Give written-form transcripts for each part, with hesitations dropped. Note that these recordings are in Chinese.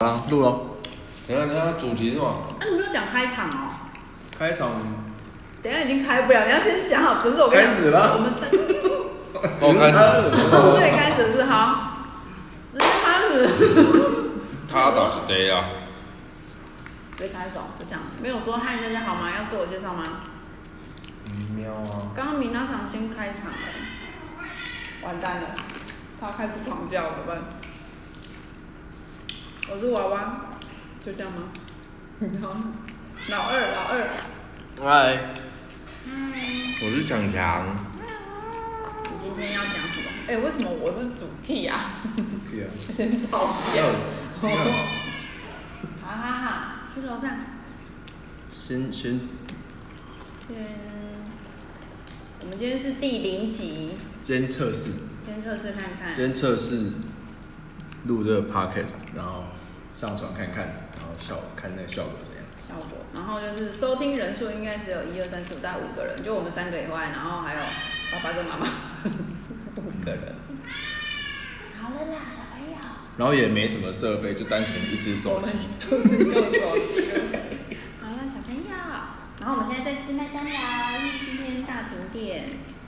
录咯。 等一下，主题是什么？ 啊，你没有讲开场哦。 开场， 等一下已经开不了，你要先想好，不是我跟你讲。 开始了。 我们三。 哦，开始。 对，开始是好。直接开始。 他倒是对啊。 直接开始，就这样。没有说嗨大家好吗？要自我介绍吗？ 喵啊！ 刚刚米娜桑先开场了，完蛋了，他开始狂叫怎么办？我是娃娃，就这样吗？老二。 嗨， 我是强强。 你今天要讲什么？为什么我是主 T 啊？ 对啊。 先吵架。好，去楼上。 先， 我们今天是第0集。 先测试。 先测试看看。 先测试录这个 podcast， 然后上传看看，然后看那个效果怎样。 效果，然后就是收听人数应该只有1、2、3、4、5，大概5个人，就我们3个以外，然后还有爸爸跟妈妈5个人。好了啦，小朋友。 然后也没什么设备，就单纯一只手机。 就是用手机。好了，小朋友。然后我们现在在吃麦当劳，因为今天大停电。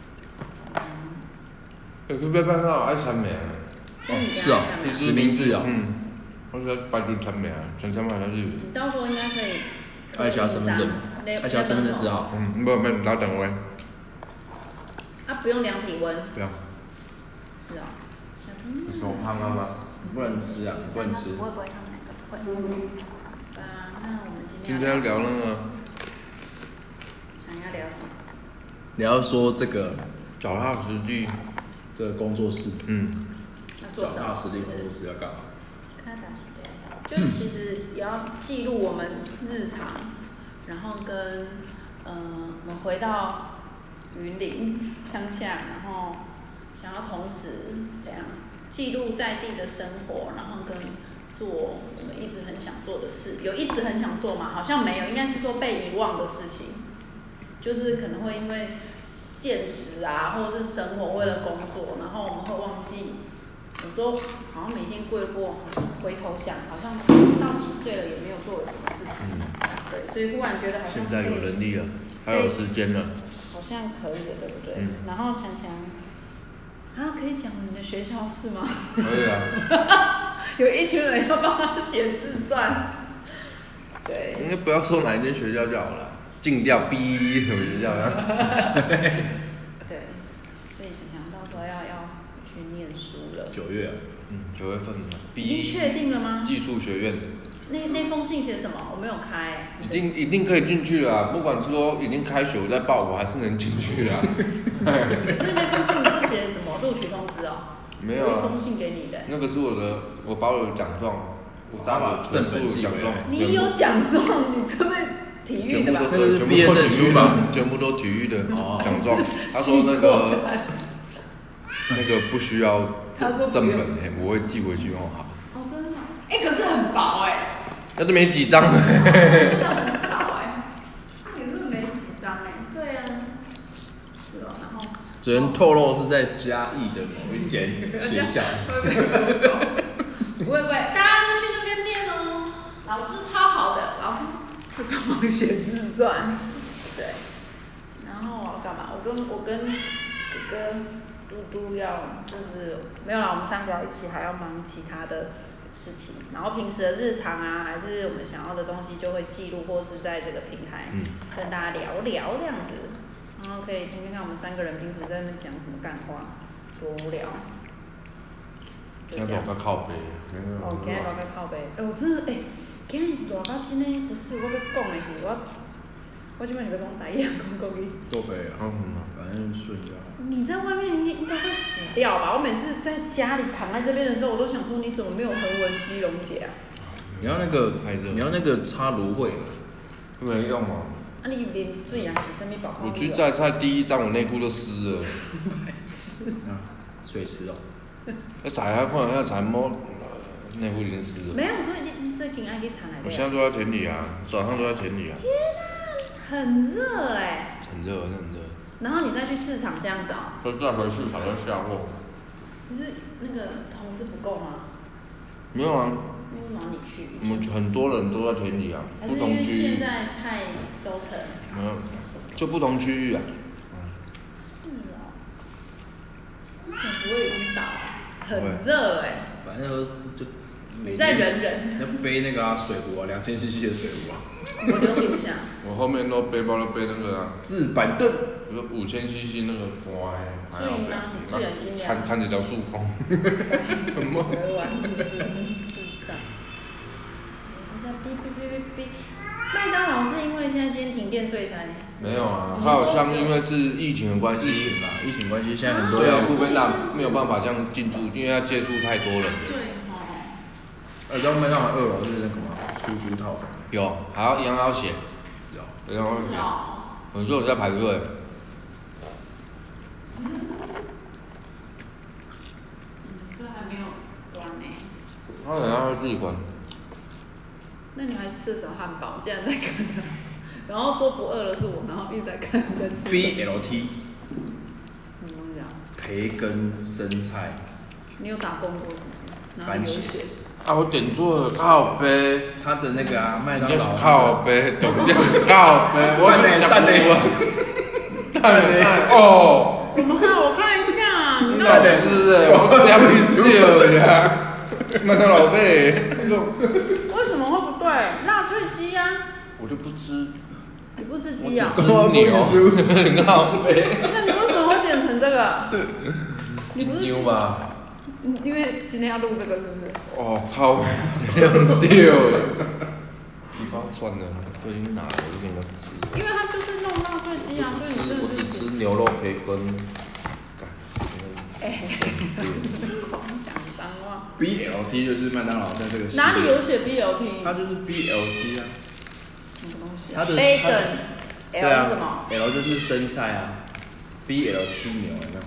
佢咩班啊？爱参名。 是哦，实名制哦。 我在百度参名，想参名还是？ 你到时候应该可以。 爱加身份证，爱加身份证字号。 不，打等位。 啊，不用量体温。 不要。 是哦。 手胖了吗？ 不能吃啊，不能吃。 不会，他们2个不会。那我们今天要聊那个。 想要聊什么？ 你要说这个脚踏实地， 这个工作室， 脚踏实地工作室要干嘛？ 就其实也要记录我们日常，然后跟我们回到云林乡下，然后想要同时怎样记录在地的生活，然后跟做我们一直很想做的事。有一直很想做吗？好像没有，应该是说被遗忘的事情，就是可能会因为现实啊，或者是生活为了工作，然后我们会忘记。有时候好像每天过，回头想，好像到几岁了也没有做了什么事情。对，所以忽然觉得好像现在有能力了，还有时间了。 好像可以了，对不对？然后强可以讲你的学校是吗？ 可以啊。 有一群人要帮他写自传。对。 应该不要说哪一间学校就好了，禁掉 B 什么学校啊？ 对，所以强到时候要去念书了。 9月啊。 9月份的。 已经确定了吗？ 技术学院。 那封信写什么？我没有开。 一定可以进去了，不管是说已经开学我再报，我还是能进去啊。 所以那封信是写什么？录取通知哦。 没有啊。 一封信给你的。 那个是我把我的奖状，我把正本寄回来。 你有奖状？你这边体育的吧？ 那是毕业证书吧？ 全部都体育的奖状。他说那个不需要正本，我会寄回去哦。好。 哦，真的吗？可是很薄那都没几张。 真的很少也是没几张对啊。是哦，然后。 只能透露是在嘉义的某一间学校。 不会，大家都去那边念哦。老师超好的，老师会帮忙写自传。对。然后我要干嘛？我跟哥哥、嘟嘟要就是没有啦，我们3个要一起，还要忙其他的事情。然后平时的日常啊，还是我们想要的东西，就会记录或是在这个平台跟大家聊聊这样子。然后可以听听看我们3个人平时在那边讲什么干话，多无聊。 今天大家靠背。 今天大家靠背。我真的今天大家真的不是我要讲的是我这边是要讲台语讲国语。 都可以啊。反正顺就好。 你在外面应该会死掉吧？我每次在家里躺在这边的时候，我都想说你怎么没有横纹肌溶解啊？ 你要那个插芦荟。 没用啊。 你连水啊是什么保护？ 我去摘菜第一张，我内裤都湿了。 水池哦。 那采还看要采摸，内裤已经湿了。 没有，所以你最近爱去采哪里？ 我现在都在田里啊，早上都在田里啊。 天啊，很热很热。 然后你再去市场这样子啊？ 就再回市场再下货。 可是那个同事不够吗？ 没有啊。 为什么你去？ 我们很多人都在田里啊， 还是因为不同区域现。在菜收成？ 没有，就不同区域啊。 是哦，你怎么不会晕倒啊？很热哎、 反正就你在忍， 要背那个水壶啊，2000cc 的水壶啊。 我留影下。 我后面都背包都背那个啊， 置板凳， 比如5000cc 那个乖，还好注意吗注意尽量看这条树空。 蛇丸是不是？智障。在哔哔哔哔哔。麦当劳是因为现在今天停电所以才？ 没有啊，它好像因为是疫情的关系， 疫情关系，现在很多对啊， 要部分大没有办法这样进驻，因为要接触太多人了。 对哦。 你知道麦当劳2楼就是那个吗？出租套房。 有，还要一样要写，一样要写，很多人在排队。 这还没有关呢。 他等下会自己关。 那你还吃了什么汉堡？竟然在看他，然后说不饿了是我，然后一直在看人家吃。 BLT。 什么东西啊？ 培根、生菜。 你有打工过是不是？ 番茄。 啊，我点错了，靠背。 他的那个啊，麦当劳。 靠背，懂不懂？靠背，我蛋嘞。 哦。 怎么看？我看一下。 你老师哎，我这样没事呀。麦当劳背。 为什么会不对？辣脆鸡呀。 我就不吃。 你不吃鸡啊？ 我只吃牛。靠背。 那你为什么会点成这个？ 你牛吗？ 因为今天要录这个是不是？ 哦靠，两丢了。一包算了，都已经拿了，我就给他吃。 因为它就是弄辣脆鸡啊，所以你真的我只吃牛肉培根。 狂讲脏话。 BLT 就是麦当劳在这个。 哪里有写 BLT？ 它就是 BLT 啊。 什么东西啊？ 它的 bacon。 对啊。 L 是什么 ？L 就是生菜啊。BLT 牛有没有？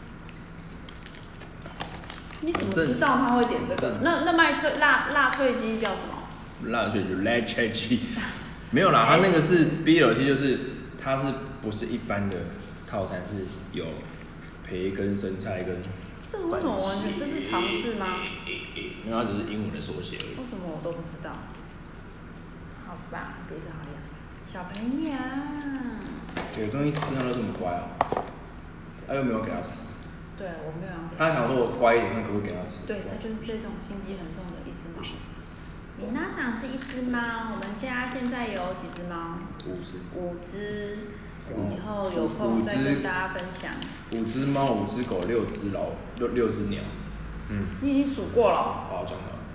你怎么知道他会点这个？那麦脆辣脆鸡叫什么？ 辣脆就辣脆鸡，没有啦，它那个是 BLT， 就是它是不是一般的套餐，是有培根、生菜跟。 这为什么完全这是常识吗？ 因为它只是英文的缩写而已。 为什么我都不知道？好吧，别这样，小朋友。 有东西吃他都这么乖啊，他又没有给他吃。 对，我没有要给他想说我乖一点，看可不可以给他吃。 对，他就是这种心机很重的一只猫。米娜桑是一只猫，我们家现在有几只猫 ？5只。 5只，以后有空再跟大家分享。 5只猫，5只狗，6只6只鸟。 你已经数过了。 好，讲了。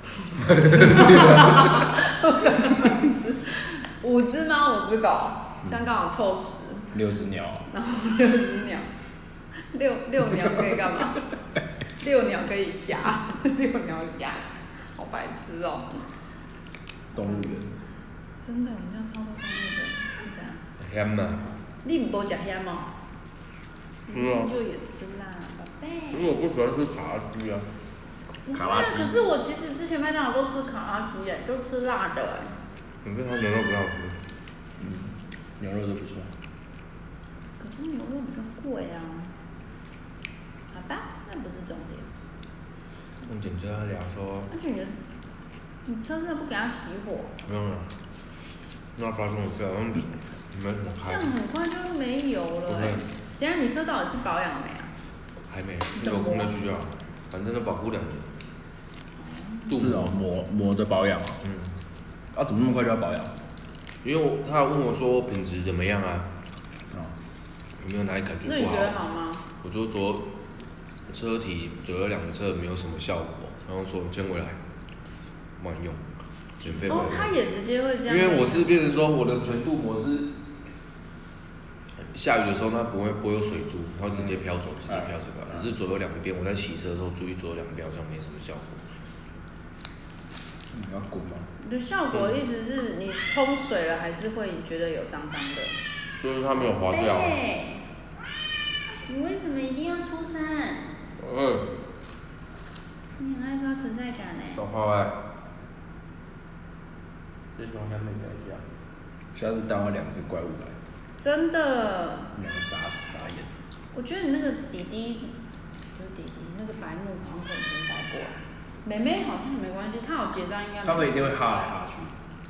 5只猫，5只狗，这样刚好凑10。 6只鸟。 然后6只鸟。六鸟可以干嘛？6鸟可以下，6鸟下，好白痴哦。 动物园。 真的，我们家超多动物园，是这样。 咸嘛？ 你不吃咸哦？ 是啊。 就也吃辣，宝贝。 因为我不喜欢吃卡拉鸡啊。 卡拉鸡。 可是我其实之前麦当劳都吃卡拉鸡诶，都吃辣的诶。 可是它牛肉不好吃。 牛肉都不错。 可是牛肉比较贵啊。好吧，那不是重点。 重点就要聊说。 而且你车真的不给它熄火？ 不用了。那发生一下，然后没怎么开。 这样很快就没油了诶。等下你车到底是保养没啊？ 还没，有空再去就好，反正都保护2年。 是哦，膜的保养啊。啊，怎么那么快就要保养？ 因为他问我说品质怎么样啊？有没有哪里感觉不好？ 那你觉得好吗？ 我就说车体左右2侧没有什么效果，然后说先回来，慢用，免费回来。 他也直接会这样。 因为我是变成说我的全镀膜是下雨的时候它不会有水珠，它会直接飘走，直接飘这个。可是左右2边，我在骑车的时候注意左右2边好像没什么效果。 你要滚吗？ 你的效果意思是你冲水了还是会觉得有脏脏的？ 就是它没有滑掉。 你为什么一定要出声？你很爱刷存在感呢。 小花哎，这双下面改一下。 下次带我2只怪物来。 真的。 2个傻眼。 我觉得你那个弟弟，不是弟弟，那个白木好像可以先带过来。 妹妹好像没关系，她有结扎应该。 他们一定会哈来哈去，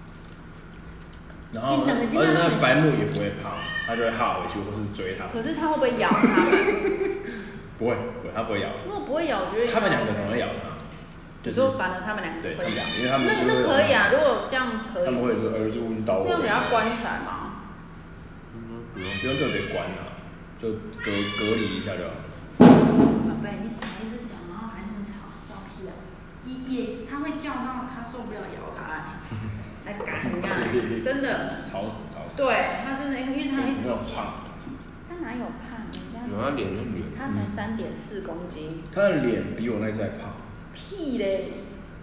然后而且你两个基本上那个白目也不会怕，他就会哈回去或是追他。 可是它会不会咬它们？ 不会，他不会咬。 如果不会咬，我觉得他们两个可能会咬它。 有时候反正他们两个对， 会咬， 因为他们就会那可以啊，如果这样可以。 他们会说儿子问刀我。 那要给它关起来吗？ 不用特别关啊，就隔离一下就好。 宝贝，你少一直讲，然后还那么吵，叫屁啊！它会叫到它受不了咬它来赶啊，真的。 吵死。 对，它真的，因为它一直叫。 它哪有胖？人家有他脸就脸。 它才3.4公斤。 他的脸比我那只还胖。 屁嘞！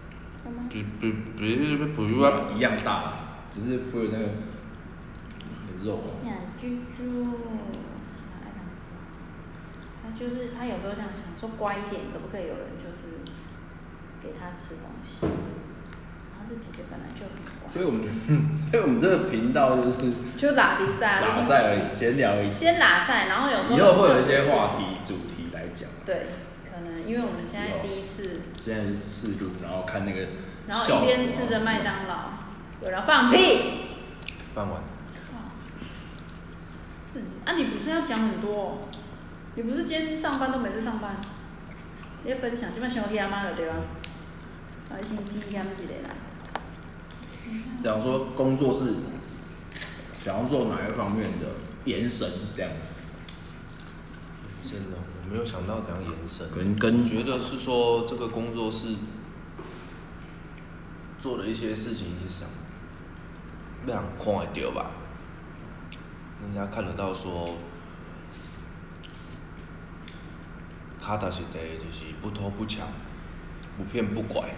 比啊， 一样大，只是会有那个肉。 养猪猪，它就是它有时候想说乖一点，可不可以有人就是给它吃东西？然后这姐姐本来就很乖。所以我们这个频道就打比赛， 打赛而已，闲聊而已。 先打赛，然后有时候以后会有一些话题主题来讲。 对，可能因为我们现在第一次。 现在是试录，然后看那个。 然后一边吃着麦当劳，有人放屁。 放完。 啊，你不是要讲很多、哦？你不是今天上班都每次上班？你要分享，基本上伤妈了对吧？然后先记一下一个啦。 假如说工作是想要做哪一方面的延伸，这样。 真的，我没有想到怎样延伸。 跟觉得是说这个工作是做了一些事情，你想让人看得到吧，人家看得到说，踏踏实实就是不偷不抢，不骗不拐。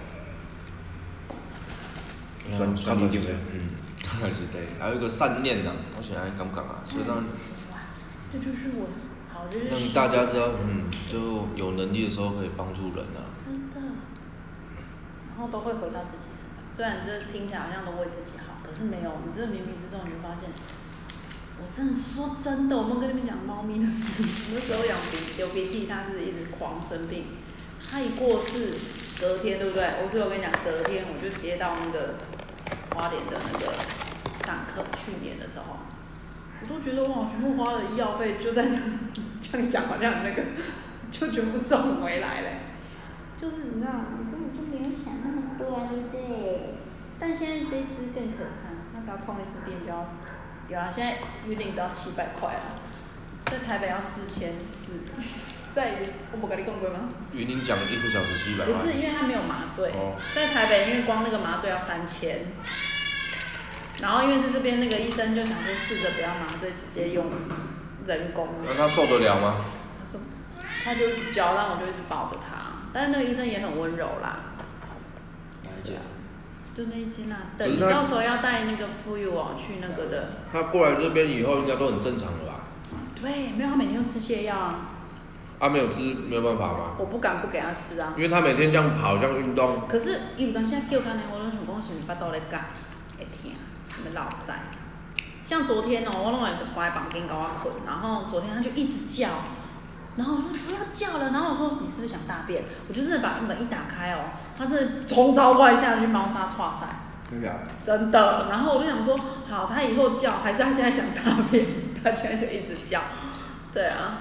算一定的， 踏踏实实，还有一个善念呐，我现在感觉啊，就让， 这就是我。 让大家知道，就有能力的时候可以帮助人啊。 真的。然后都会回到自己身上，虽然这听起来好像都为自己好，可是没有，你真的冥冥之中你就发现，我真的说真的，我们跟你们讲猫咪的事，那时候流鼻涕，它是一直狂生病，它一过世，隔天对不对？我跟你讲，隔天我就接到那个花莲的那个上课，去年的时候。我都觉得哇，全部花了医药费就在那，这样讲好像那个就全部赚回来了，就是你知道，你根本就没有想那么多啊，对不对？但现在这只更可怕，它只要碰一次病就要死。有啊，现在预定都要700块了，在台北要4400，在我没跟你讲过吗？ 云林讲1个小时700块。 不是，因为它没有麻醉，在台北因为光那个麻醉要3000。然后因为在这边那个医生就想说试着不要麻醉，直接用人工。 那他受得了吗？ 他就一直教，然后我就一直抱着他。但是那个医生也很温柔啦。 哪一间？ 就那一间啊。等你到时候要带那个傅玉网去那个的。 他过来这边以后应该都很正常了吧？ 对，没有，他每天都吃泻药啊。 啊，没有吃没有办法吗？ 我不敢不给他吃啊。 因为他每天这样跑，这样运动。 可是有当现在叫他呢，我都想讲是不是巴肚咧干，会疼。什么落塞？像昨天哦，我弄完就关在房间搞我困，然后昨天他就一直叫，然后我说不要叫了，然后我说你是不是想大便？我就真的把门一打开哦，他真的从朝外下去猫砂刷塞， 真的？ 真的。然后我就想说，好，他以后叫还是他现在想大便？他现在就一直叫，对啊。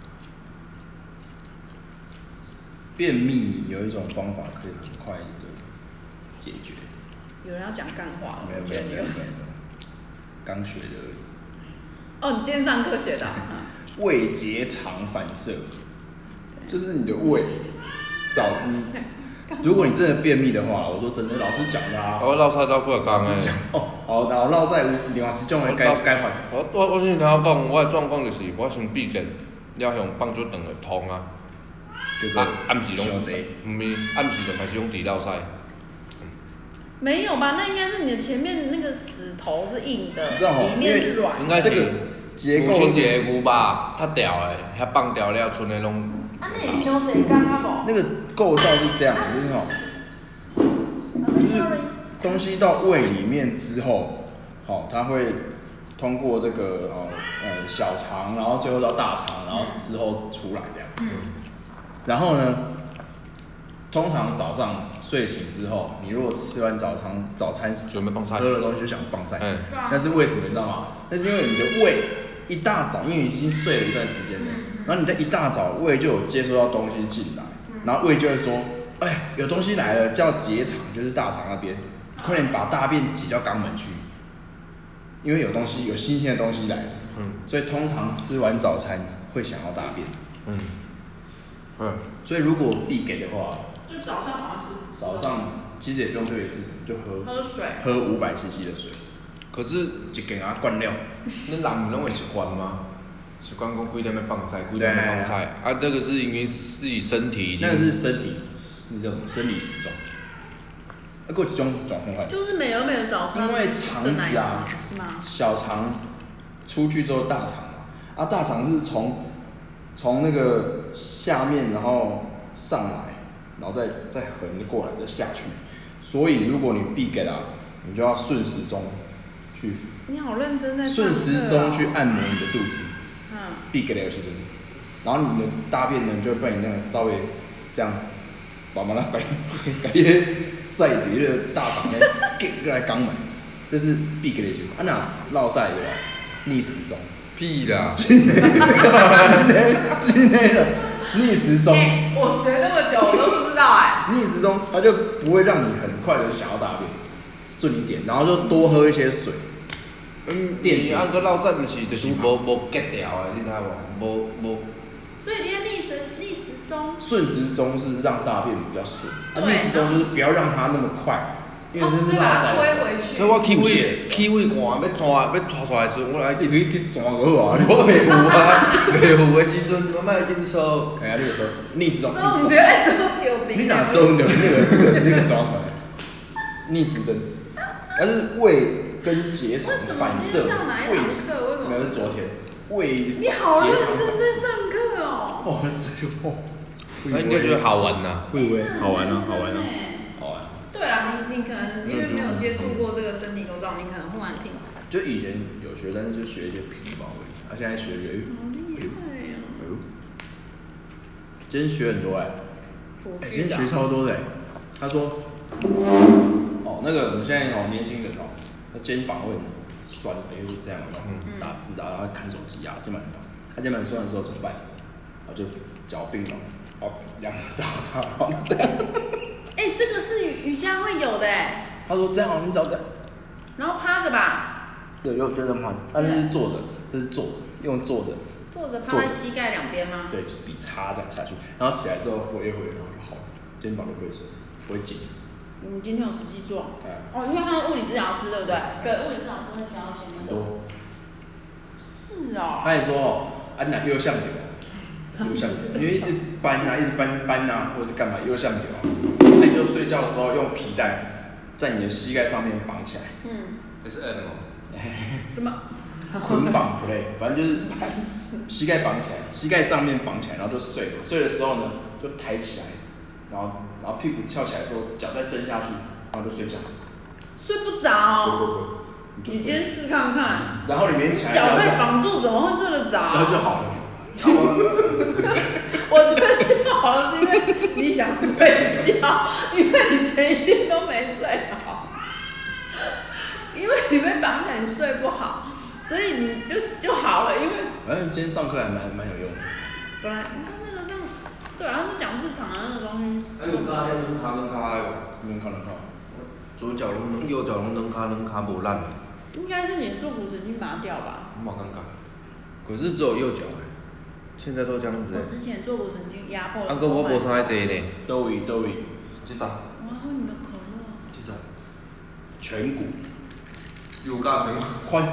便秘有一种方法可以很快的解决。 有人要讲干话， 没有，刚学的而已。 哦，你今天上课学的、 胃结肠反射，就是你的胃，如果你真的便秘的话，我说真的，老师讲的啊。 我落塞到几工诶。 好，然后落塞有另外一种的解法。 我先听我讲，我的状况就是我先闭眼，了向放足长的痛啊。暗时拢，唔是，暗时就开始用治落塞。 没有吧？那应该是你的前面那个石头是硬的， 里面是软的。 应该是这个结构是一个牛吧，太掉诶，遐放掉了，剩的拢。 啊，那你修这干啊无？ 那个构造是这样，就是就是东西到胃里面之后，它会通过这个小肠，然后最后到大肠，然后之后出来这样。然后呢， 通常早上睡醒之后，你如果吃完早餐准备棒菜， 喝了东西就想棒菜，那是为什么你知道吗？那是因为你的胃一大早，因为你已经睡了一段时间了，然后你在一大早胃就有接收到东西进来，然后胃就会说，哎，有东西来了，叫结肠，就是大肠那边，快点把大便挤到肛门去，因为有新鲜的东西来了，所以通常吃完早餐会想要大便，所以如果必给的话， 就早上好像吃。 早上其实也不用特别吃什么，就喝水， 喝500cc 的水。 可是一根啊灌料， 那人不拢会习惯吗？习惯讲几点要放菜，几点要放菜啊？这个是因为自己身体已经。 那个是身体，那种生理时钟。还有一种状况， 就是每个早上。 因为肠子啊，小肠出去之后大肠嘛，大肠是从那个下面然后上来，然后再横着过来再下去，所以如果你闭给了，你就要顺时钟去。 你好认真在上课哦。 顺时钟去按摩你的肚子，闭给了有时钟，然后你的大便呢就会被你那个稍微这样，慢慢把你塞在那个大肠内，给来肛门，这是闭给的情况。那绕塞对吧？逆时钟。 屁啦！ 真的逆时钟。 我学那么久，我都不知道逆时钟它就不会让你很快的想要大便，顺一点，然后就多喝一些水。 电解。个老早就是无结掉的，你知无？ 所以你看逆时钟。 顺时钟是让大便比较顺，逆时钟就是不要让它那么快。因为这是老塞的， 所以我气胃寒，要抓出来时，我来你去抓个好啊！ 我袂有啊，袂有的时阵，我莫紧收。 哎呀，那个时候逆时钟。 收唔到，爱收丢兵。 你哪收唔到那个抓出来？逆时针，但是胃跟结肠反射，胃没有是昨天，胃你好认真在上课哦。 哦，这就他应该觉得好玩呐， 好玩啊，好玩啊。 对啦，你可能因为没有接触过这个身体构造，你可能忽然听。 就以前有学，但是就学一些皮毛而已。现在学越好厉害呀！ 今天学很多今天学超多的他说，那个我们现在年轻人他肩膀会很酸，因为是这样打字然后看手机肩膀很痛。他肩膀酸的时候怎么办？然后就脚并拢，两脚叉。 这个是瑜伽会有的他说这样你只要这样， 然后趴着吧。 对，就这样趴着，但是坐着，这是坐着，用坐着。 坐着趴在膝盖两边吗？ 对，比叉这样下去，然后起来之后回一回，然后就好了，肩膀就不会酸，不会紧。 你今天有实际做？因为他是物理治疗师，对不对？对，物理治疗师会教一些那个。是哦。他也说你哪右向点，因为一直搬或者是干嘛右向点那你就睡觉的时候用皮带在你的膝盖上面绑起来。 SM 什么？ 捆绑 play， 反正就是膝盖绑起来，膝盖上面绑起来，然后就睡。睡的时候呢，就抬起来，然后屁股翘起来之后，脚再伸下去，然后就睡觉。睡不着。你今天试看看。然后你连起来。脚被绑住，怎么会睡得着？然后就好了。我觉得就好了，是因为你想睡觉，因为你前一天都没睡好，因为你被绑起来，你睡不好。所以你就好了，因为反正今天上课还蛮有用的。本来你看那个上，对啊，是讲日常的那个东西。有加迄软骹的无？ 左脚拢右脚拢软骹无烂。 应该是你的坐骨神经拔掉吧？ 我冇感觉，可是只有右脚现在都这样子我之前坐骨神经压迫了。 我无啥爱坐呢。 都位。 这搭。 我要喝你的可乐。 这搭。 颧骨。 有加颧骨。 髋。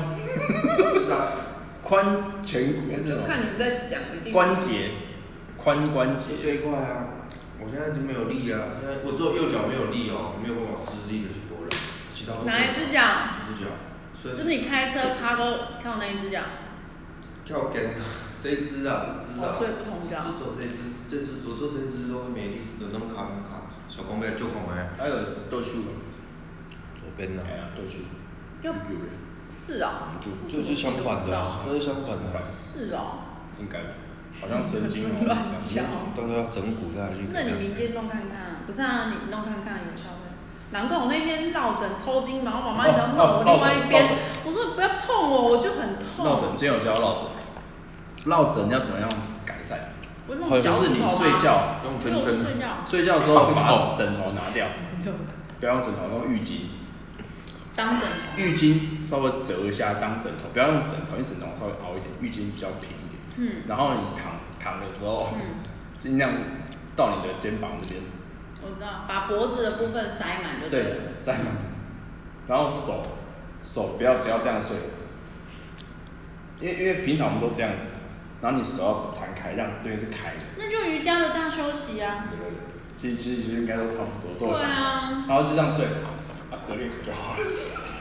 髋颧骨还是什么？ 看你们在讲的。 关节，髋关节。 这一块我现在就没有力啊，现在我只有右脚没有力没有办法施力的去拨了。其他哪一只脚？ 这只脚。 是不是你开车卡都靠那一只脚？ 靠肩，这一只啊。 所以不同脚。 只走这一只，我做这一只都会没力，就弄卡。小公要就公还有倒手左边的。倒手。是啊。 就是相反的，都是相反的。 是哦。 应该，好像神经乱讲。 都要整骨下去。 那你明天弄看看。 不是啊，你弄看看有效的。难怪我那天落枕抽筋，然后妈妈一直要弄我另外一边，我说不要碰我，我就很痛。 落枕，今天有教落枕，落枕要怎么样改善？就是你睡觉用圈圈， 睡觉的时候把枕头拿掉，不要用枕头，用浴巾。 当枕头。 浴巾稍微折一下当枕头，不要用枕头，因为枕头稍微凹一点，浴巾比较平一点。然后你躺的时候，尽量到你的肩膀这边。 我知道，把脖子的部分塞满就对了。 对，塞满。然后手不要这样睡，因为平常我们都这样子，然后你手要弹开，让这边是开的。 那就瑜伽的大休息啊。 其实应该都差不多，都有想法。 对啊。 然后就这样睡，隔练就好了。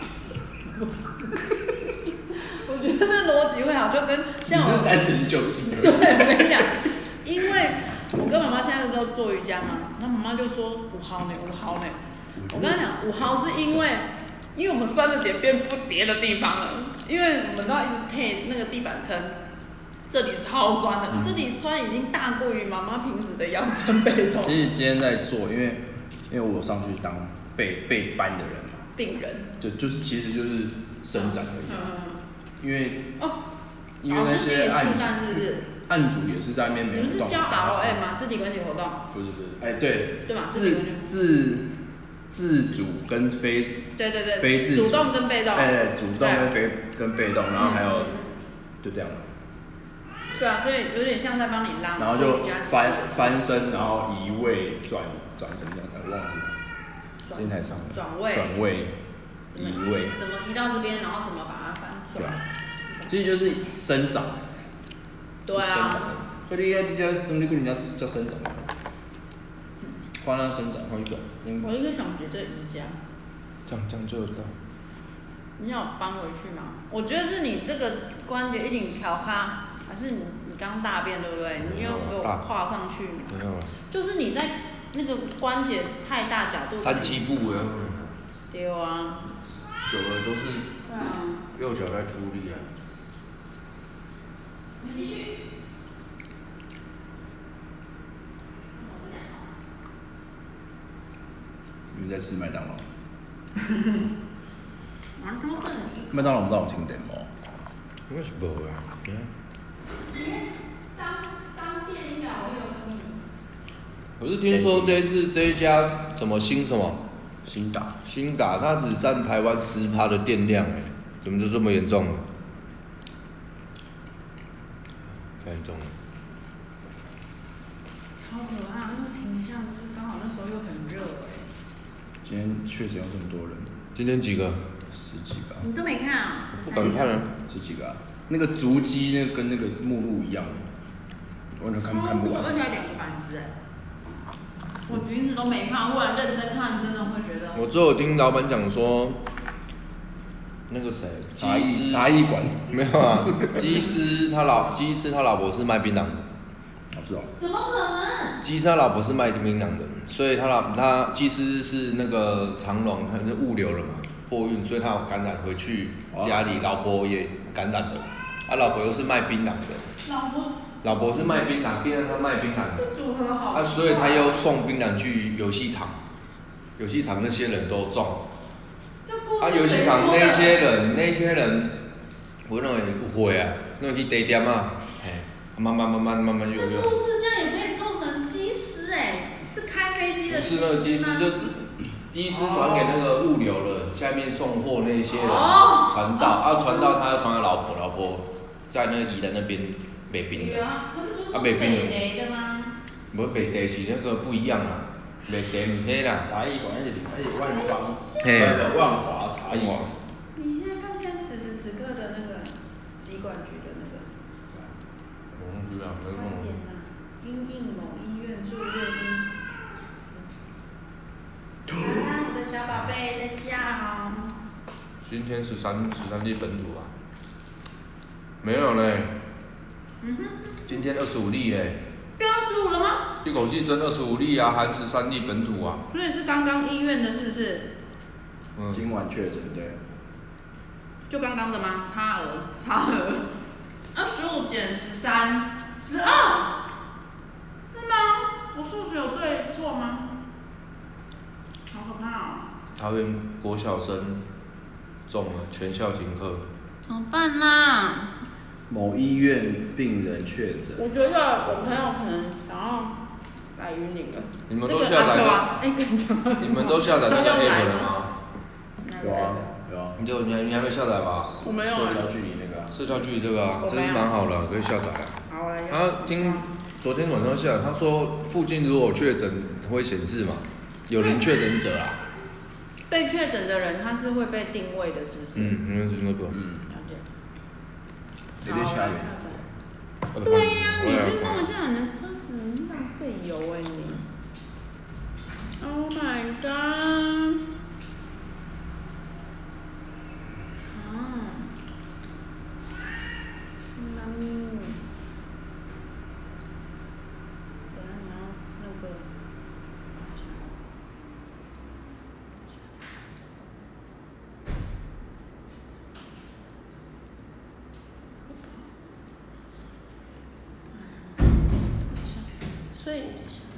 我觉得那逻辑会好，就跟像只是单纯休息。 对，我跟你讲，因为我跟妈妈现在都做瑜伽嘛，那妈妈就说5毫呢。我跟她讲5毫是因为我们酸的点变别的地方了，因为我们都要一直贴那个地板撑，这里超酸的，这里酸已经大过于妈妈平时的腰酸背痛。 其实今天在做，因为我上去当被搬的人嘛， 病人， 就是其实就是伸展而已。因为那些案主也是在那边没有动。 你们是教 RM 吗？肢体关节活动？ 不是，对。 对吧？ 自主跟非。 对。 非自主。 主动跟被动。 主动跟被动，然后还有就这样。 对啊，所以有点像在帮你拉。 然后就翻身，然后移位转成这样，我忘记了。今天台上转位。 移位。 怎么移到这边，然后怎么把它翻转？ 对啊。其实就是伸展。 对啊。 所以你叫生理骨，人家叫伸展。换那伸展，换一个。 我一个想学这瑜伽。 这样就有到。 你要搬回去吗？我觉得是你这个关节一定调咖，还是你刚大便对不对？你要给我跨上去。 没有。 就是你在那个关节太大角度。 3、7步呀。 对啊。 久了都是。对啊。右脚在出力啊。 继续。 你们在吃麦当劳？ 麦当劳不知道有停电吗？ 应该是无啊。 商店应该会有可能。 我是听说这一家什么新达，它只占台湾10%的电量怎么就这么严重了？太严重了。 超可怕，那个停下不是刚好那时候又很热今天确诊有这么多人。 今天几个 ？10几个。 你都没看啊？ 不敢看啊。 10几个啊？那个足迹那跟那个目录一样，完全看不完。 而且还2个板子我平时都没看，忽然认真看，真的会觉得。 我只有听老板讲说，那个谁， 茶艺馆没有啊？技师他老婆是卖槟榔的。 是哦。 怎么可能？ 技师他老婆是卖槟榔的，所以他技师是那个长荣，他是物流了嘛，货运，所以他有感染回去家里，老婆也感染了。老婆又是卖槟榔的。老婆是卖槟榔，变成他卖槟榔的。 这组合好。 所以他又送槟榔去游戏场，游戏场那些人都中。游戏场那些人，我认为有会啊，那去地点啊，慢慢就有。 这故事这样也可以做成机师是开飞机的。 不是那个机师，就机师传给那个物流了，下面送货那些人传到，传到他要传给老婆在那个宜兰那边卖槟榔。 可是不是说北雷的吗？ 不是北雷是那个不一样啊，北雷唔对啦。 茶艺馆那是万华茶艺馆。 你现在看此时此刻的那个疾管局的那个。 我忘记了，没看过。 因应某医院住院我的小宝贝在家哦。 今天13例本土啊？没有嘞。今天25例变25了吗？ 一口气增25例啊，还13例本土啊。 所以是刚刚医院的，是不是？ 今晚确诊对。 就刚刚的吗？差额。25减13，12，是吗？我数学有对错吗？ 好可怕哦！ 桃园国小生中了，全校停课。 怎么办啦？ 某医院病人确诊。 我觉得我朋友可能想要来云林了。 你们都下载了？你们都下载那个 app 了吗？ 有啊，有啊。 你还没下载吧？ 我没有。 社交距离那个。 社交距离这个啊，这是蛮好的，可以下载啊。 好嘞。 他昨天晚上下来，他说附近如果确诊会显示嘛，有人确诊者啊。 被确诊的人他是会被定位的，是不是？ 因为是那个。 了解。 有点下雨。 对呀，你去弄一下你的车子，浪费油哎你。Oh my god！ 妈咪，等下你要那个。所以，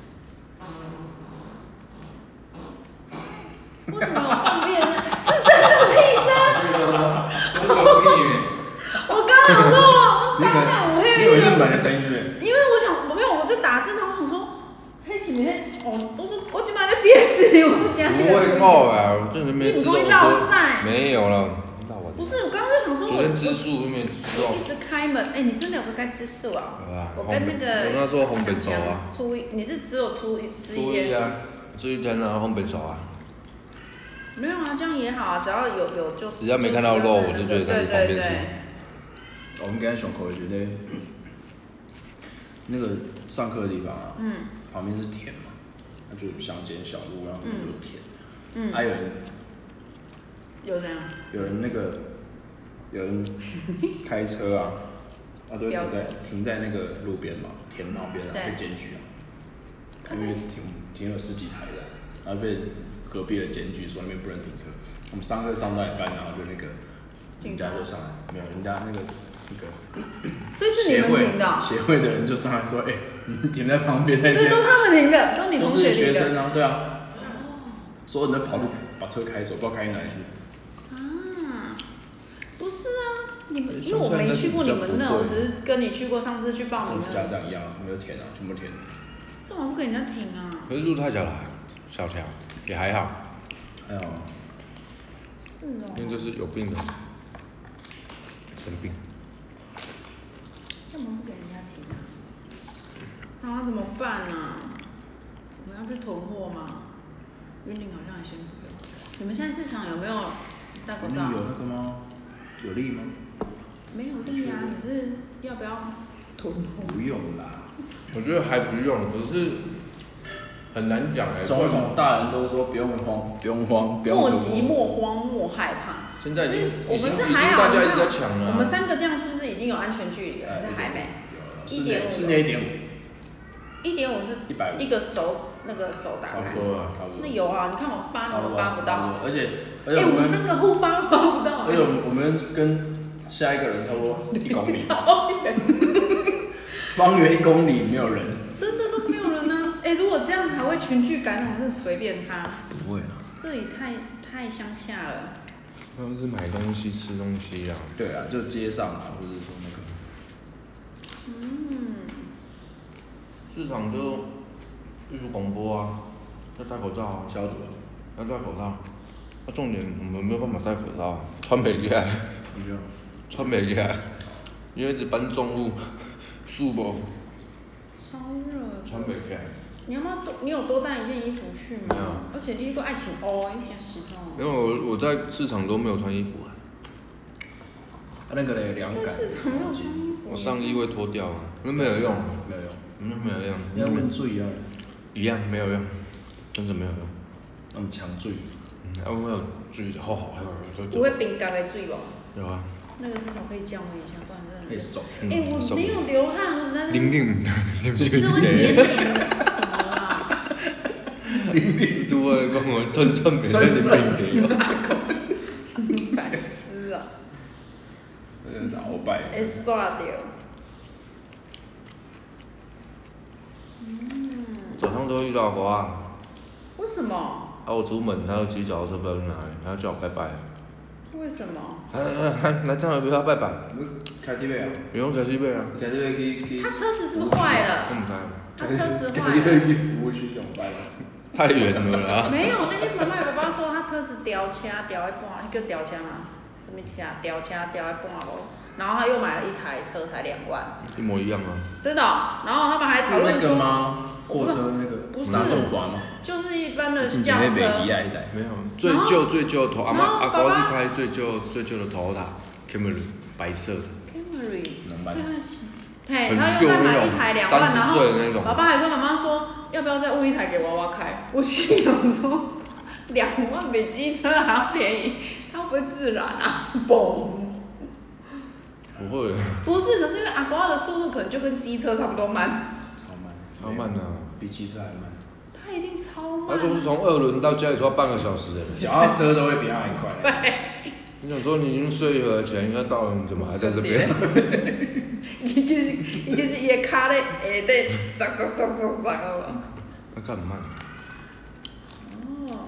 为什么有粪便？是真的屁声！我刚刚说， 你以为是门的声音对？ 因为我没有，我在打字，然后我想说，黑起没黑？我今晚在憋气，我都憋。 不会靠啊，我真的没吃到。 你不会落晒？ 没有了。 不是，我刚刚就想说， 昨天吃素没吃到。 一直开门，你真的有该吃素啊？我跟那个。 我那时候烘焙熟啊。 你是只有初一啊，初一天然后烘焙熟啊。 没有啊，这样也好啊，只要有就。 只要没看到肉，我就觉得它是方便素。 我们刚才上课觉得，那个上课的地方啊，旁边是田嘛，那就乡间小路，然后就是田，还有人。 有这样。 有人开车啊，都会停在那个路边嘛，田旁边啊，被检举啊，因为停了10几台的，然后被隔壁的检举说那边不能停车。我们上课上到一半，然后就那个人家就上来，没有人家那个所以是你们停的。 协会的人就上来说，你停在旁边那些。 所以都他们停的，都你同学停的。 都是学生啊，对啊。所有人在跑路把车开走，不知道开哪里去。 不是啊，你们因为我没去过你们那，我只是跟你去过，上次去报名那。 家长一样，没有填啊，全部填。 干嘛不给人家停啊？ 可是路太小了，小条也还好。 还好。 是哦。 因为这是有病的，生病。 干嘛不给人家停啊？怎么办啊？我们要去囤货吗？云林好像还先不用。你们现在市场有没有戴口罩？ 有那个吗？有利吗？ 没有利啊，只是要不要囤货？ 不用啦。 我觉得还不用，可是很难讲总统大人都说不用慌，不用慌，不用莫急莫慌莫害怕。 现在我们是还好， 大家一直在抢了。 我们3个这样是不是已经有安全距离了？还是还没？1.5。 室内1.5。 1.5是一个手那个手打开。 差不多啊，差不多。 那有啊，你看我扒不到。 而且我们3个互扒不到。 而且我们跟下一个人差不多1公里。 超远。 方圆1公里没有人。 真的都没有人啊！如果这样还会群聚感染，真的随便他。 不会啦。 这里太乡下了。 他们是买东西吃东西啊。 对啊，就街上啊，或者说那个。 市场就一直广播啊，要戴口罩啊， 消毒要戴口罩。重点我们没有办法戴口罩，穿不起来。穿不起来，因为一直搬重物，舒服。 超热。 穿不起来。 你有多带一件衣服去吗？ 没有。 而且你个爱穿乌，你穿石头。 因为我在市场都没有穿衣服啊。 那个嘞，凉感。 在市场没有穿衣服。 我上衣会脱掉啊，那没有用。 没有用。 那没有用。 要跟水一样。 一样没有用，真的没有用。 那么强水。 我有水好好。 不会冰干的水不？ 有啊。 那个至少可以降温一下，不然真的。 可以手。 我没有流汗，我在。 淋淋。 这会黏黏的什么啦？ 淋淋。 就会跟我蹭别人淋淋的。 白痴啊！ 真是鳌拜。 会刷掉。 早上都会遇到花。 为什么？ 我出门，他要骑脚踏车，不知道去哪里，他要叫我拜拜。 为什么？ 来这样不要拜拜。 开这边啊？ 不用开这边啊。 开这边去。 他车子是不是坏了？他车子坏了。 开这边去服务区上班了。 太远了啦。 没有，那天妈妈爸爸说他车子掉车掉一半，那叫掉车吗？什么车？掉车掉一半无。然后他又买了一台车，才2万。 一模一样啊。 真的、哦，然后他们还讨论说。 是那个吗？货车那个。 不是。 拿动管吗？ 就是一般的轿车。 没有，最旧的阿公是开最旧的 Toyota Camry 白色的。 Camry。 能办。 嘿，他又再买一台2万，然后爸爸还跟妈妈说，要不要再问一台给娃娃开？我心想说，2万比机车还要便宜，它会不会自燃啊？嘣！ 不会。 不是，可是因为阿公的速度可能就跟机车差不多慢。 超慢的， 比机车还慢。 他一定超慢。 他说是从2轮到家里说要半个小时脚踏车都会比他还快。 对。 你想说你已经睡回来钱应该到了，你怎么还在这边？ 伊就是伊的脚咧下底，嗖了。 那干嘛？ 哦。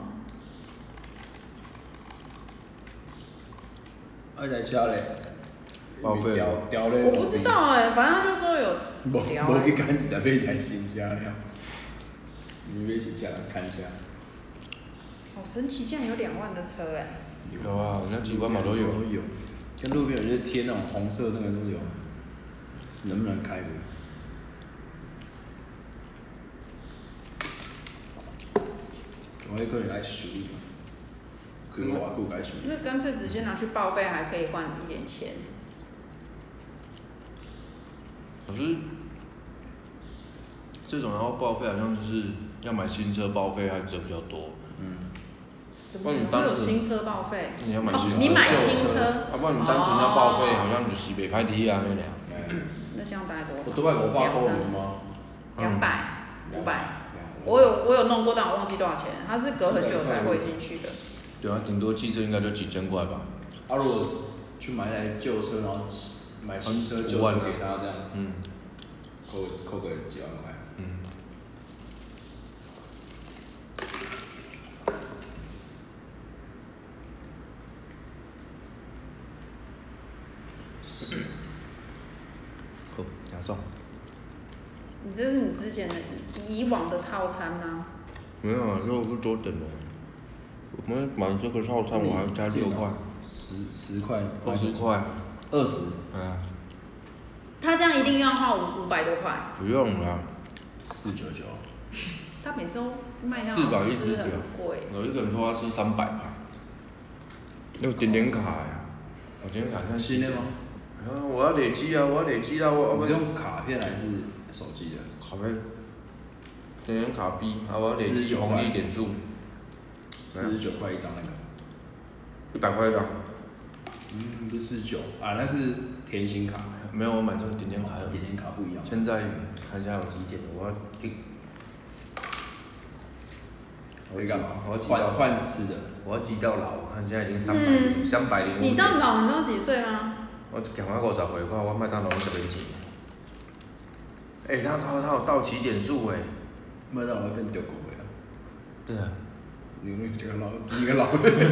那台车嘞？ 报废了。 我不知道哎，反正他就说有。 无去看一台买一台新车了。你买新车看车。 好神奇，竟然有2万的车哎！ 有啊，人家几万嘛都有。 跟路边有些贴那种红色那个都有。能不能开的？我还可以来修理，可以我顾来修理。 因为干脆直接拿去报废，还可以换一点钱。 可是这种要报废，好像就是要买新车报废，还折比较多。 怎么会有新车报废？ 你要买新车， 你买新车， 要不然你单纯要报废，好像就是袂歹提啊那俩。 那这样大概多少？ 我都快500扣了吗 ？200、500。我有弄过，但我忘记多少钱。它是隔很久才汇进去的。 对啊，顶多汽车应该就几千块吧。 如果去买台旧车，然后买新车旧车给他这样，扣个几万块。 好，加送。 你这是你之前的以往的套餐吗？ 没有啊，肉是多等的。我们买这个套餐我还要加6块。 10块。 20块。 20。 他这样一定要花500多块。 不用啦。 499。 他每次都卖那种吃很贵。 有一个人说他吃300块。有点点卡呀。我点点卡看新的吗？ 我要累积啊！ 你是用卡片还是手机的？ 卡片。点点卡币，我要累积红利点数。 49块一张那个。 100块一张。 不是49啊，那是甜心卡。 没有，我买这个点点卡。 点点卡不一样。 现在看一下有几点，我要给。 我干嘛？换吃的。 我要积到老，我看现在已经305。 你到老，你知道几岁吗？ 我强我50岁，我麦当劳特别钱。他有到期点数哎。 麦当劳变丢狗味了。 对啊。 你这个老，你个老。